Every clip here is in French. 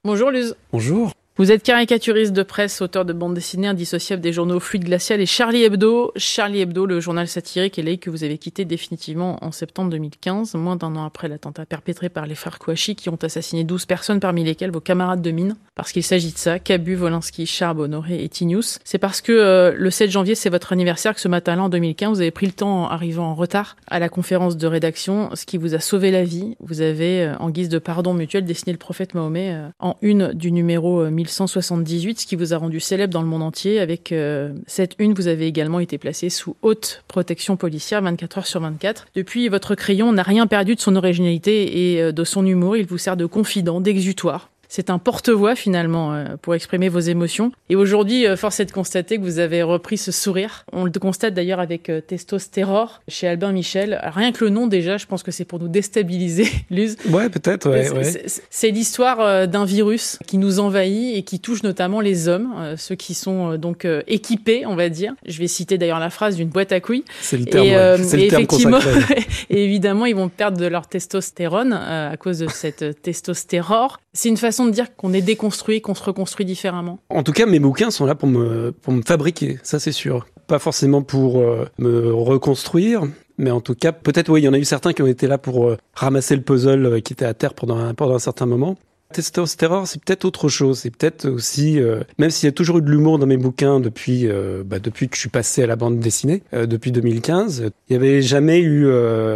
Bonjour Luz. Bonjour. Vous êtes caricaturiste de presse, auteur de bandes dessinées indissociables des journaux Fluide Glacial et Charlie Hebdo. Charlie Hebdo, le journal satirique et laïque que vous avez quitté définitivement en septembre 2015, moins d'un an après l'attentat perpétré par les frères Kouachi qui ont assassiné 12 personnes, parmi lesquelles vos camarades de mine. Parce qu'il s'agit de ça, Cabu, Wolinski, Charb, Honoré et Tinius. C'est parce que le 7 janvier, c'est votre anniversaire, que ce matin-là, en 2015, vous avez pris le temps, en arrivant en retard, à la conférence de rédaction, ce qui vous a sauvé la vie. Vous avez, en guise de pardon mutuel, dessiné le prophète Mahomet en une du numéro 1178, ce qui vous a rendu célèbre dans le monde entier. Avec cette une, vous avez également été placé sous haute protection policière 24 heures sur 24. Depuis, votre crayon n'a rien perdu de son originalité et de son humour. Il vous sert de confident, d'exutoire. C'est un porte-voix finalement pour exprimer vos émotions. Et aujourd'hui, force est de constater que vous avez repris ce sourire. On le constate d'ailleurs avec Testostérore chez Albin Michel. Rien que le nom déjà, je pense que c'est pour nous déstabiliser, Luz. Ouais, peut-être. Ouais. C'est l'histoire d'un virus qui nous envahit et qui touche notamment les hommes, ceux qui sont donc équipés, on va dire. Je vais citer d'ailleurs la phrase d'une boîte à couilles. C'est le terme, c'est le terme consacré. Et évidemment, ils vont perdre de leur testostérone à cause de cette testostérore. C'est une façon de dire qu'on est déconstruit, qu'on se reconstruit différemment. En tout cas, mes bouquins sont là pour me fabriquer, ça c'est sûr. Pas forcément pour me reconstruire, mais en tout cas, peut-être, oui, il y en a eu certains qui ont été là pour ramasser le puzzle qui était à terre pendant un certain moment. Testostérore, c'est peut-être autre chose. C'est peut-être aussi, même s'il y a toujours eu de l'humour dans mes bouquins depuis que je suis passé à la bande dessinée, depuis 2015, il n'y avait jamais eu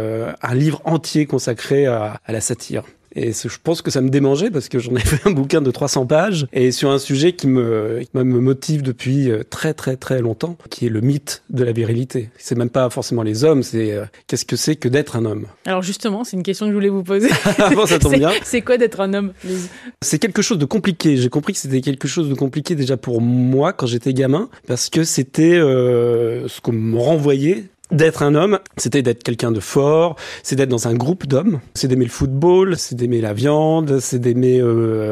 un livre entier consacré à la satire. Et je pense que ça me démangeait parce que j'en ai fait un bouquin de 300 pages et sur un sujet qui me motive depuis très très très longtemps, qui est le mythe de la virilité. C'est même pas forcément les hommes, c'est qu'est-ce que c'est que d'être un homme. Alors justement, c'est une question que je voulais vous poser. Bon, ça tombe bien. C'est quoi d'être un homme, Lise ? C'est quelque chose de compliqué. J'ai compris que c'était quelque chose de compliqué déjà pour moi quand j'étais gamin parce que c'était ce qu'on me renvoyait. D'être un homme, c'était d'être quelqu'un de fort, c'est d'être dans un groupe d'hommes, c'est d'aimer le football, c'est d'aimer la viande, c'est d'aimer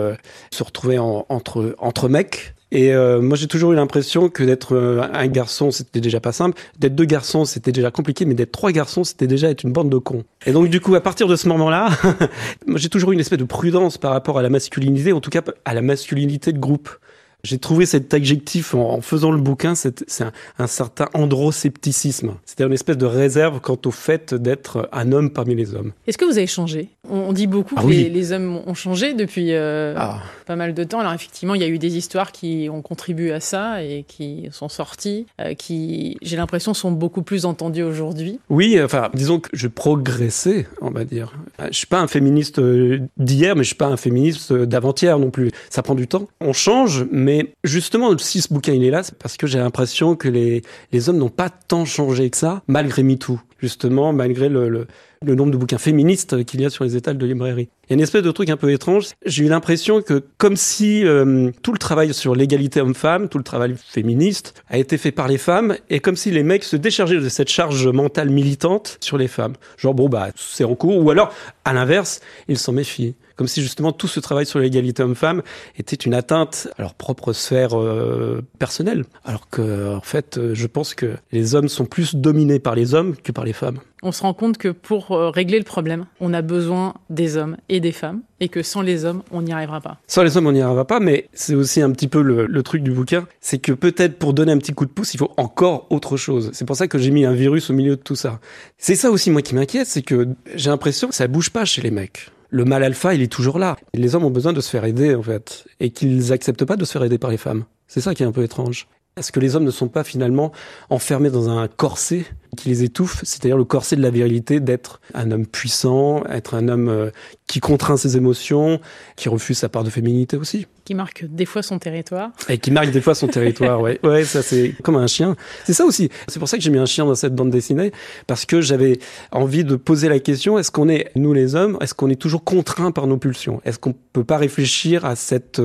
se retrouver entre mecs. Et moi, j'ai toujours eu l'impression que d'être un garçon, c'était déjà pas simple. D'être deux garçons, c'était déjà compliqué, mais d'être trois garçons, c'était déjà être une bande de cons. Et donc, du coup, à partir de ce moment-là, moi, j'ai toujours eu une espèce de prudence par rapport à la masculinité, en tout cas à la masculinité de groupe. J'ai trouvé cet adjectif en faisant le bouquin, c'est un certain androscepticisme. C'est-à-dire une espèce de réserve quant au fait d'être un homme parmi les hommes. Est-ce que vous avez changé ? On dit beaucoup que les hommes ont changé depuis pas mal de temps. Alors effectivement, il y a eu des histoires qui ont contribué à ça et qui sont sorties, qui, j'ai l'impression, sont beaucoup plus entendues aujourd'hui. Oui, enfin, disons que je progressais, on va dire. Je suis pas un féministe d'hier, mais je suis pas un féministe d'avant-hier non plus. Ça prend du temps. On change, mais justement, si ce bouquin il est là, c'est parce que j'ai l'impression que les hommes n'ont pas tant changé que ça, malgré MeToo. Justement, malgré le nombre de bouquins féministes qu'il y a sur les étals de librairie. Il y a une espèce de truc un peu étrange. J'ai eu l'impression que, comme si tout le travail sur l'égalité homme-femme, tout le travail féministe, a été fait par les femmes, et comme si les mecs se déchargeaient de cette charge mentale militante sur les femmes. Genre, c'est en cours. Ou alors, à l'inverse, ils s'en méfient. Comme si justement tout ce travail sur l'égalité homme-femme était une atteinte à leur propre sphère personnelle. Alors que, en fait, je pense que les hommes sont plus dominés par les hommes que par les femmes. On se rend compte que pour régler le problème, on a besoin des hommes et des femmes, et que sans les hommes, on n'y arrivera pas. Sans les hommes, on n'y arrivera pas, mais c'est aussi un petit peu le truc du bouquin, c'est que peut-être pour donner un petit coup de pouce, il faut encore autre chose. C'est pour ça que j'ai mis un virus au milieu de tout ça. C'est ça aussi, moi, qui m'inquiète, c'est que j'ai l'impression que ça bouge pas chez les mecs. Le mâle alpha, il est toujours là. Les hommes ont besoin de se faire aider, en fait, et qu'ils acceptent pas de se faire aider par les femmes. C'est ça qui est un peu étrange. Est-ce que les hommes ne sont pas finalement enfermés dans un corset qui les étouffe, c'est-à-dire le corset de la virilité, d'être un homme puissant, être un homme qui contraint ses émotions, qui refuse sa part de féminité aussi. Qui marque des fois son territoire. Et qui marque des fois son territoire, ouais. Ouais, ça c'est comme un chien. C'est ça aussi. C'est pour ça que j'ai mis un chien dans cette bande dessinée, parce que j'avais envie de poser la question, est-ce qu'on est, nous les hommes, est-ce qu'on est toujours contraints par nos pulsions ? Est-ce qu'on peut pas réfléchir à cette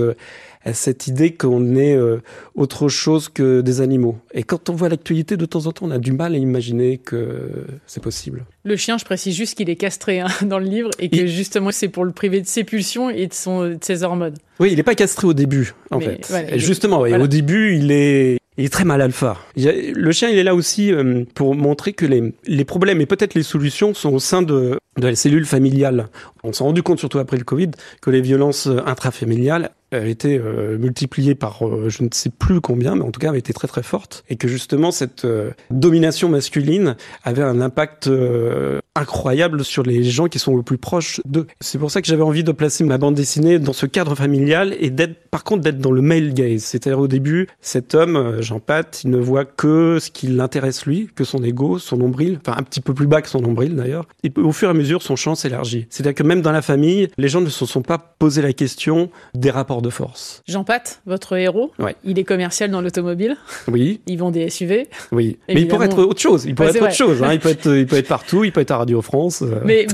idée qu'on est autre chose que des animaux. Et quand on voit l'actualité, de temps en temps, on a du mal à imaginer que c'est possible. Le chien, je précise juste qu'il est castré dans le livre et que justement, c'est pour le priver de ses pulsions et de ses hormones. Oui, il n'est pas castré au début, en fait. Voilà, et justement, voilà. Au début, il est très mal alpha. Le chien, il est là aussi pour montrer que les problèmes et peut-être les solutions sont au sein de la cellule familiale. On s'est rendu compte, surtout après le Covid, que les violences intrafamiliales avait été multipliée par je ne sais plus combien, mais en tout cas avait été très très forte, et que justement cette domination masculine avait un impact incroyable sur les gens qui sont le plus proches d'eux. C'est pour ça que j'avais envie de placer ma bande dessinée dans ce cadre familial et d'être dans le male gaze. C'est-à-dire au début, cet homme, Jean-Pat, il ne voit que ce qui l'intéresse lui, que son ego, son nombril, enfin un petit peu plus bas que son nombril d'ailleurs. Et au fur et à mesure, son champ s'élargit. C'est-à-dire que même dans la famille, les gens ne se sont pas posé la question des rapports de force. Jean-Pat, votre héros, il est commercial dans l'automobile. Oui. Il vend des SUV. Oui. Mais il pourrait être autre chose. Il pourrait être autre chose. Hein. Il peut être partout. Il peut être à Radio France. Mais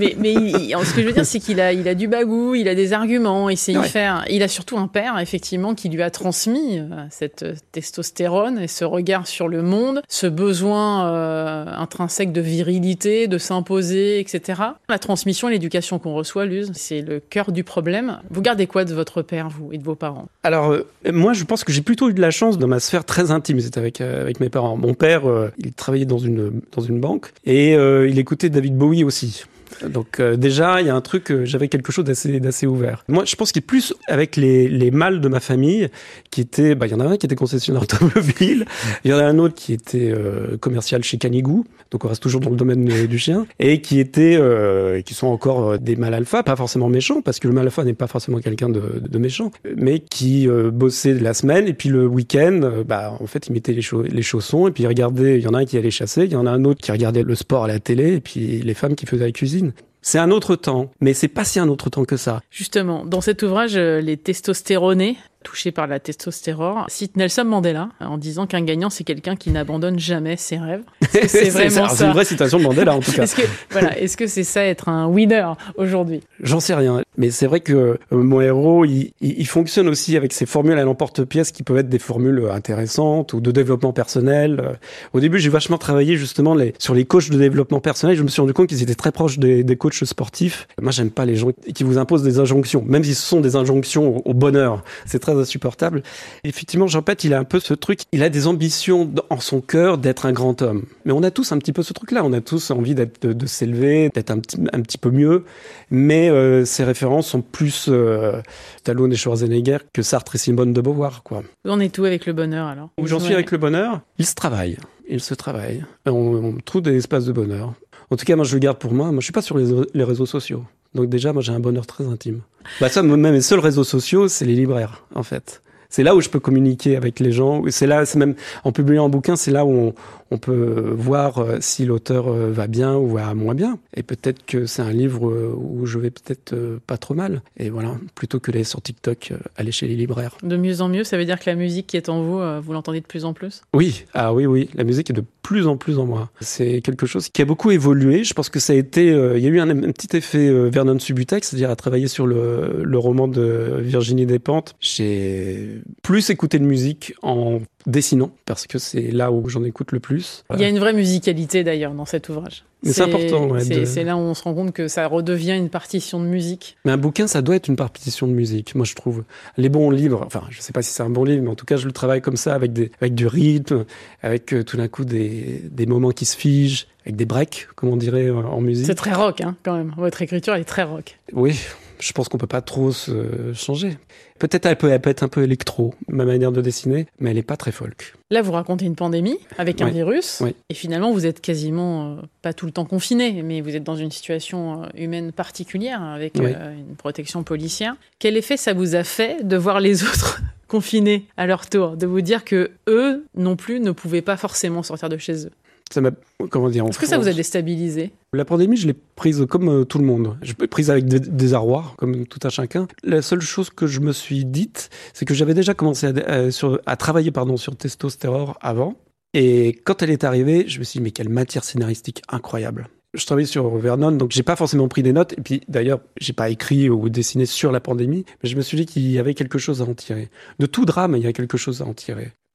ce que je veux dire, c'est qu'il a du bagou, il a des arguments, il sait y faire. Il a surtout un père, effectivement, qui lui a transmis cette testostérone et ce regard sur le monde, ce besoin intrinsèque de virilité, de s'imposer, etc. La transmission et l'éducation qu'on reçoit, Luz, c'est le cœur du problème. Vous gardez quoi de votre père, vous, et de vos parents ? Alors, moi, je pense que j'ai plutôt eu de la chance dans ma sphère très intime, c'était avec mes parents. Mon père, il travaillait dans une banque et il écoutait David Bowie aussi. Donc déjà, il y a un truc, j'avais quelque chose d'assez ouvert. Moi, je pense qu'il est plus avec les mâles de ma famille, qui étaient, il y en a un qui était concessionnaire automobile, il y en a un autre qui était commercial chez Canigou, donc on reste toujours dans le domaine du chien, et qui sont encore des mâles alpha, pas forcément méchants, parce que le mâle alpha n'est pas forcément quelqu'un de méchant, mais qui bossaient la semaine, et puis le week-end, en fait, ils mettaient les chaussons, et puis ils regardaient, il y en a un qui allait chasser, il y en a un autre qui regardait le sport à la télé, et puis les femmes qui faisaient la cuisine. C'est un autre temps, mais c'est pas si un autre temps que ça. Justement, dans cet ouvrage, les testostéronés, touchés par la testostérone, citent Nelson Mandela en disant qu'un gagnant, c'est quelqu'un qui n'abandonne jamais ses rêves. C'est vraiment ça. C'est une vraie citation de Mandela, en tout cas. Est-ce que c'est ça, être un winner aujourd'hui ? J'en sais rien. Mais c'est vrai que mon héros, il fonctionne aussi avec ces formules à l'emporte-pièce qui peuvent être des formules intéressantes ou de développement personnel. Au début, j'ai vachement travaillé justement sur les coachs de développement personnel. Je me suis rendu compte qu'ils étaient très proches des coachs sportifs. Moi, j'aime pas les gens qui vous imposent des injonctions, même si ce sont des injonctions au bonheur. C'est très insupportable. Effectivement, Jean-Pat, il a un peu ce truc, il a des ambitions en son cœur d'être un grand homme. Mais on a tous un petit peu ce truc-là, on a tous envie de s'élever, d'être un petit peu mieux, mais ses références sont plus Stallone et Schwarzenegger que Sartre et Simone de Beauvoir, quoi. Où en est tout avec le bonheur, alors ? Où j'en suis avec le bonheur ? Il se travaille. On trouve des espaces de bonheur. En tout cas, moi, je le garde pour moi. Moi, je suis pas sur les réseaux sociaux. Donc déjà, moi, j'ai un bonheur très intime. Ça, même mes seuls réseaux sociaux, c'est les libraires, en fait. C'est là où je peux communiquer avec les gens. C'est même, en publiant un bouquin, c'est là où on peut voir si l'auteur va bien ou va moins bien. Et peut-être que c'est un livre où je vais peut-être pas trop mal. Et voilà, plutôt que d'aller sur TikTok, aller chez les libraires. De mieux en mieux, ça veut dire que la musique qui est en vous, vous l'entendez de plus en plus ? Oui, oui. La musique est de plus en plus en moi. C'est quelque chose qui a beaucoup évolué. Je pense que ça a été... il y a eu un petit effet Vernon Subutex, c'est-à-dire à travailler sur le roman de Virginie Despentes. J'ai plus écouté de musique en dessinant, parce que c'est là où j'en écoute le plus. Il y a une vraie musicalité d'ailleurs dans cet ouvrage. Mais c'est important. Ouais, c'est là où on se rend compte que ça redevient une partition de musique. Mais un bouquin, ça doit être une partition de musique, moi je trouve. Les bons livres, enfin je sais pas si c'est un bon livre, mais en tout cas je le travaille comme ça, avec du rythme, avec tout d'un coup des moments qui se figent, avec des breaks, comme on dirait en musique. C'est très rock, hein, quand même. Votre écriture, elle est très rock. Oui. Je pense qu'on peut pas trop se changer. Peut-être elle peut être un peu électro, ma manière de dessiner, mais elle est pas très folk. Là, vous racontez une pandémie avec un virus, oui. Et finalement, vous êtes quasiment pas tout le temps confiné, mais vous êtes dans une situation humaine particulière avec une protection policière. Quel effet ça vous a fait de voir les autres confinés à leur tour, de vous dire que eux non plus ne pouvaient pas forcément sortir de chez eux? Ça m'a, Est-ce que ça vous a déstabilisé ? La pandémie, je l'ai prise comme tout le monde. Je l'ai prise avec désarroi, comme tout un chacun. La seule chose que je me suis dite, c'est que j'avais déjà commencé à travailler sur Testostérone avant. Et quand elle est arrivée, je me suis dit, mais quelle matière scénaristique incroyable. Je travaillais sur Vernon, donc j'ai pas forcément pris des notes. Et puis d'ailleurs, j'ai pas écrit ou dessiné sur la pandémie. Mais je me suis dit qu'il y avait quelque chose à en tirer. De tout drame, il y a quelque chose à en tirer.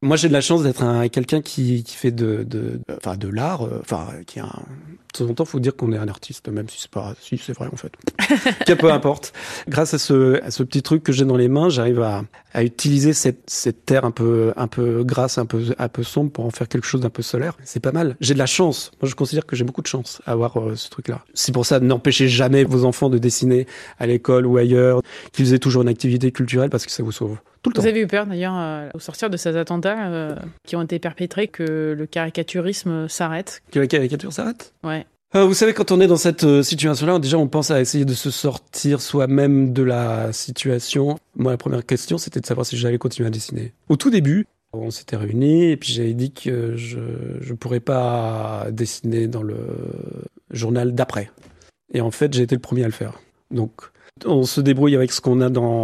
Moi, j'ai de la chance d'être quelqu'un qui fait de l'art, qui a de temps en temps, faut dire qu'on est un artiste, même si c'est vrai en fait. Peu importe. Grâce à ce petit truc que j'ai dans les mains, j'arrive à utiliser cette terre un peu grasse, un peu sombre pour en faire quelque chose d'un peu solaire. C'est pas mal. J'ai de la chance. Moi, je considère que j'ai beaucoup de chance à avoir ce truc-là. C'est pour ça, n'empêchez jamais vos enfants de dessiner à l'école ou ailleurs, qu'ils aient toujours une activité culturelle parce que ça vous sauve. Tout le temps. Vous avez eu peur d'ailleurs, au sortir de ces attentats qui ont été perpétrés, que le caricaturisme s'arrête? Que la caricature s'arrête? Ouais. Vous savez, quand on est dans cette situation-là, déjà on pense à essayer de se sortir soi-même de la situation. Moi, la première question, c'était de savoir si j'allais continuer à dessiner. Au tout début, on s'était réunis et puis j'avais dit que je pourrais pas dessiner dans le journal d'après. Et en fait, j'ai été le premier à le faire. Donc, on se débrouille avec ce qu'on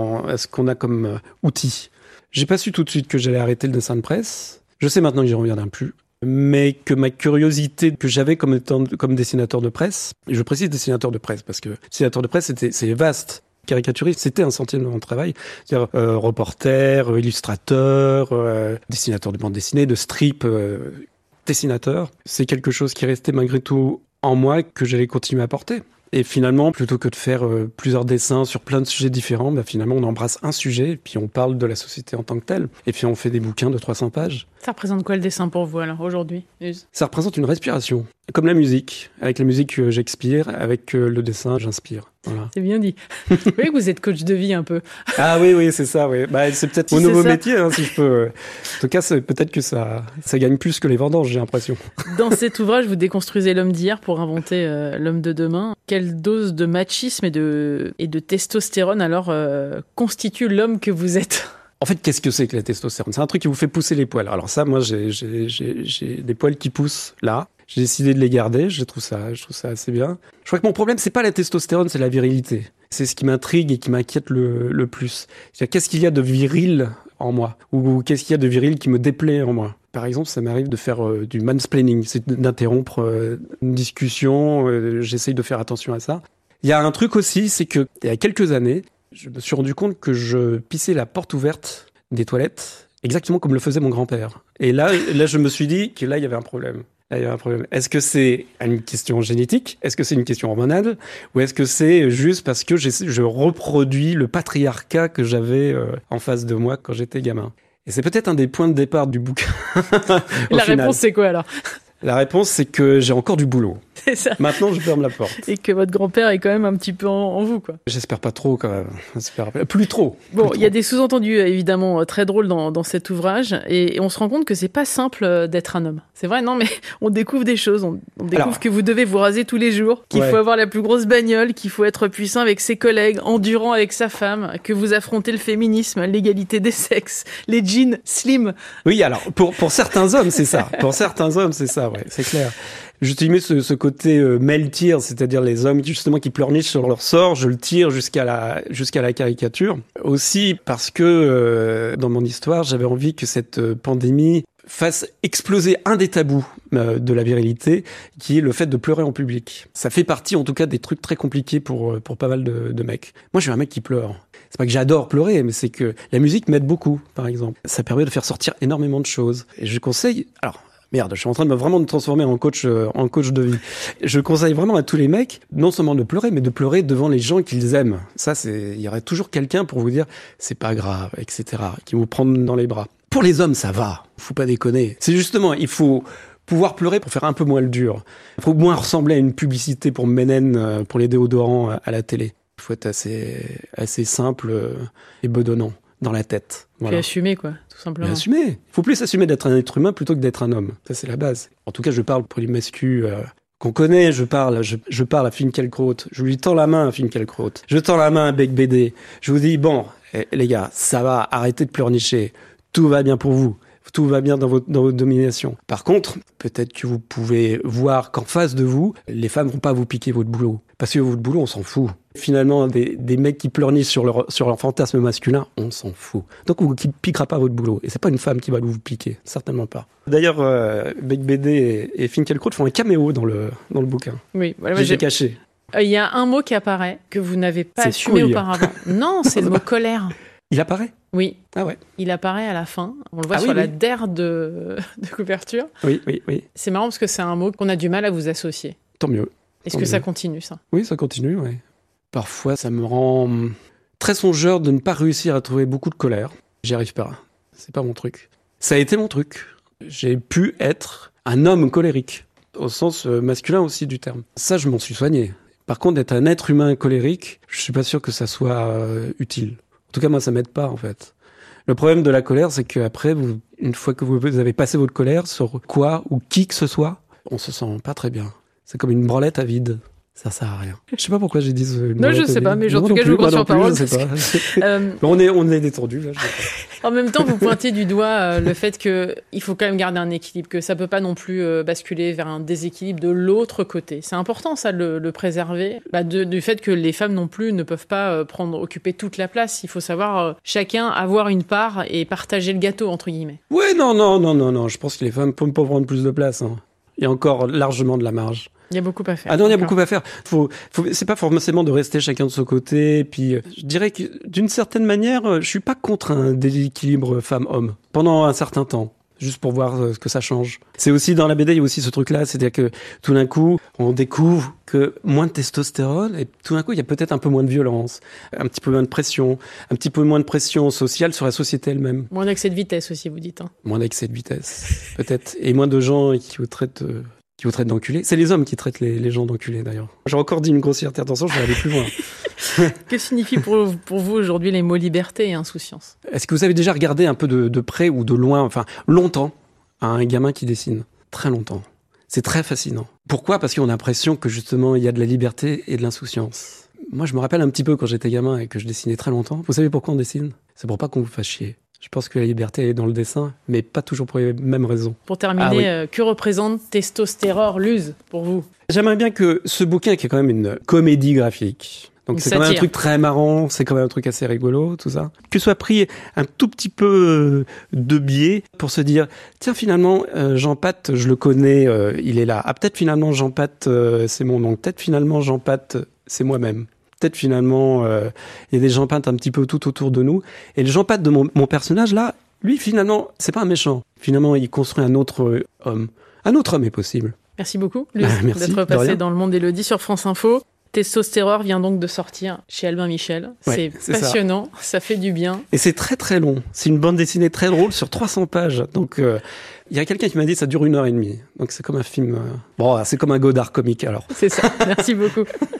a comme outil. J'ai pas su tout de suite que j'allais arrêter le dessin de presse. Je sais maintenant que j'y reviendrai plus. Mais que ma curiosité que j'avais comme dessinateur de presse, et je précise dessinateur de presse parce que dessinateur de presse c'est vaste. Caricaturiste, c'était un sentier de mon travail. C'est-à-dire reporter, illustrateur, dessinateur de bande dessinée, de strip, dessinateur. C'est quelque chose qui restait malgré tout en moi que j'allais continuer à porter. Et finalement, plutôt que de faire plusieurs dessins sur plein de sujets différents, finalement, on embrasse un sujet, et puis on parle de la société en tant que telle. Et puis on fait des bouquins de 300 pages. Ça représente quoi le dessin pour vous, alors, aujourd'hui, Luz ? Ça représente une respiration. Comme la musique. Avec la musique, j'expire. Avec le dessin, j'inspire. Voilà. C'est bien dit. Vous voyez que vous êtes coach de vie, un peu. Ah oui, c'est ça, oui. C'est peut-être mon nouveau métier, si je peux. En tout cas, peut-être que ça gagne plus que les vendanges, j'ai l'impression. Dans cet ouvrage, vous déconstruisez l'homme d'hier pour inventer l'homme de demain. Quelle dose de machisme et de testostérone, alors, constitue l'homme que vous êtes ? En fait, qu'est-ce que c'est que la testostérone ? C'est un truc qui vous fait pousser les poils. Alors ça, moi, j'ai des poils qui poussent là. J'ai décidé de les garder. Je trouve ça assez bien. Je crois que mon problème, c'est pas la testostérone, c'est la virilité. C'est ce qui m'intrigue et qui m'inquiète le plus. C'est-à-dire, qu'est-ce qu'il y a de viril en moi ? Ou qu'est-ce qu'il y a de viril qui me déplaît en moi ? Par exemple, ça m'arrive de faire du mansplaining, c'est d'interrompre une discussion. J'essaye de faire attention à ça. Il y a un truc aussi, c'est que il y a quelques années, je me suis rendu compte que je pissais la porte ouverte des toilettes, exactement comme le faisait mon grand-père. Et là, je me suis dit que là, il y avait un problème. Est-ce que c'est une question génétique ? Est-ce que c'est une question hormonale ? Ou est-ce que c'est juste parce que je reproduis le patriarcat que j'avais en face de moi quand j'étais gamin ? Et c'est peut-être un des points de départ du bouquin. La réponse, c'est quoi alors ? La réponse, c'est que j'ai encore du boulot. C'est ça. Maintenant, je ferme la porte. Et que votre grand-père est quand même un petit peu en vous, quoi. J'espère pas trop, quand même. Plus trop. Bon, il y a des sous-entendus, évidemment, très drôles dans cet ouvrage. Et on se rend compte que c'est pas simple d'être un homme. C'est vrai, non, mais on découvre des choses. On découvre que vous devez vous raser tous les jours, qu'il faut avoir la plus grosse bagnole, qu'il faut être puissant avec ses collègues, endurant avec sa femme, que vous affrontez le féminisme, l'égalité des sexes, les jeans slim. Oui, alors, pour certains hommes, c'est ça. Pour certains hommes, c'est ça, ouais, c'est clair. J'utilise ce côté male tier, c'est-à-dire les hommes justement qui pleurnichent sur leur sort, je le tire jusqu'à la caricature. Aussi parce que dans mon histoire, j'avais envie que cette pandémie fasse exploser un des tabous de la virilité, qui est le fait de pleurer en public. Ça fait partie en tout cas des trucs très compliqués pour pas mal de mecs. Moi, je suis un mec qui pleure. C'est pas que j'adore pleurer, mais c'est que la musique m'aide beaucoup, par exemple. Ça permet de faire sortir énormément de choses. Et je conseille... Alors, merde, je suis en train de me transformer en coach de vie. Je conseille vraiment à tous les mecs, non seulement de pleurer, mais de pleurer devant les gens qu'ils aiment. Ça, il y aurait toujours quelqu'un pour vous dire, c'est pas grave, etc., qui vous prend dans les bras. Pour les hommes, ça va. Faut pas déconner. C'est justement, il faut pouvoir pleurer pour faire un peu moins le dur. Il faut moins ressembler à une publicité pour Menen, pour les déodorants à la télé. Il faut être assez simple et bedonnant dans la tête. Voilà. Puis assumer, quoi, tout simplement. Mais assumer. Il faut plus assumer d'être un être humain plutôt que d'être un homme. Ça, c'est la base. En tout cas, je parle pour les masculins qu'on connaît. Je parle à Finkielkraut. Je lui tends la main à Finkielkraut. Je tends la main à Bec BD. Je vous dis, bon, les gars, ça va, arrêtez de pleurnicher. Tout va bien pour vous. Tout va bien dans votre domination. Par contre, peut-être que vous pouvez voir qu'en face de vous, les femmes vont pas vous piquer votre boulot. Parce que votre boulot, on s'en fout. Finalement, des mecs qui pleurnichent sur leur fantasme masculin, on s'en fout. Donc, on ne piquera pas votre boulot. Et c'est pas une femme qui va vous piquer. Certainement pas. D'ailleurs, Bec BD et Finkielkraut font un caméo dans le bouquin. Oui. Voilà, j'ai caché. Il y a un mot qui apparaît, que vous n'avez pas assumé auparavant. Non, c'est le mot colère. Il apparaît ? Oui. Ah ouais. Il apparaît à la fin. On le voit Ah sur oui, la oui. DER de couverture. Oui. C'est marrant parce que c'est un mot qu'on a du mal à vous associer. Tant mieux. Est-ce que ça continue, ça ? Oui, ça continue, oui. Parfois, ça me rend très songeur de ne pas réussir à trouver beaucoup de colère. J'y arrive pas. C'est pas mon truc. Ça a été mon truc. J'ai pu être un homme colérique, au sens masculin aussi du terme. Ça, je m'en suis soigné. Par contre, d'être un être humain colérique, je suis pas sûr que ça soit utile. En tout cas, moi, ça m'aide pas, en fait. Le problème de la colère, c'est qu'après, une fois que vous avez passé votre colère sur quoi ou qui que ce soit, on se sent pas très bien. C'est comme une branlette à vide. Ça sert à rien. Je sais pas pourquoi j'ai dit ce... Non, je sais pas, mais en tout cas, je vous crois sur parole. Je sais pas. On est détendu, là. En même temps, vous pointez du doigt le fait qu'il faut quand même garder un équilibre, que ça peut pas non plus basculer vers un déséquilibre de l'autre côté. C'est important, ça, de le préserver, du fait que les femmes non plus ne peuvent pas occuper toute la place. Il faut savoir chacun avoir une part et partager le gâteau, entre guillemets. Ouais, non. Je pense que les femmes peuvent pas prendre plus de place. Hein. Il y a encore largement de la marge. Il y a beaucoup à faire. Ah non, il y a beaucoup à faire. C'est pas forcément de rester chacun de son côté. Puis, je dirais que d'une certaine manière, je suis pas contre un déséquilibre femme-homme pendant un certain temps, juste pour voir ce que ça change. C'est aussi dans la BD, il y a aussi ce truc-là, c'est-à-dire que tout d'un coup, on découvre que moins de testostérone et tout d'un coup, il y a peut-être un peu moins de violence, un petit peu moins de pression, un petit peu moins de pression sociale sur la société elle-même. Moins d'excès de vitesse aussi, vous dites. Hein. Moins d'excès de vitesse, peut-être, et moins de gens qui vous traitent d'enculés. C'est les hommes qui traitent les gens d'enculés, d'ailleurs. J'ai encore dit une grossièreté, attention, je vais aller plus loin. Que signifient pour vous aujourd'hui les mots liberté et insouciance ? Est-ce que vous avez déjà regardé un peu de près ou de loin, enfin longtemps, un gamin qui dessine ? Très longtemps. C'est très fascinant. Pourquoi ? Parce qu'on a l'impression que justement, il y a de la liberté et de l'insouciance. Moi, je me rappelle un petit peu quand j'étais gamin et que je dessinais très longtemps. Vous savez pourquoi on dessine ? C'est pour pas qu'on vous fasse chier. Je pense que la liberté est dans le dessin, mais pas toujours pour les mêmes raisons. Pour terminer, que représente Testostérore Luz pour vous ? J'aimerais bien que ce bouquin, qui est quand même une comédie graphique, donc c'est quand même un truc très marrant, c'est quand même un truc assez rigolo, tout ça, que soit pris un tout petit peu de biais pour se dire, tiens finalement, Jean Pat, je le connais, il est là. Ah peut-être finalement Jean Pat, c'est mon nom. Peut-être finalement Jean Pat, c'est moi-même. Peut-être finalement, il y a des Jean Pat un petit peu tout autour de nous. Et le Jean Pat de mon personnage là, lui finalement, c'est pas un méchant. Finalement, il construit un autre homme. Un autre homme est possible. Merci beaucoup, Luz, d'être passé dans Le Monde d'Élodie sur France Info. Testostérore vient donc de sortir chez Albin Michel. Ouais, c'est passionnant, ça fait du bien. Et c'est très très long. C'est une bande dessinée très drôle sur 300 pages. Donc il y a quelqu'un qui m'a dit que ça dure 1h30. Donc c'est comme un film... Bon, c'est comme un Godard comique alors. C'est ça, merci beaucoup.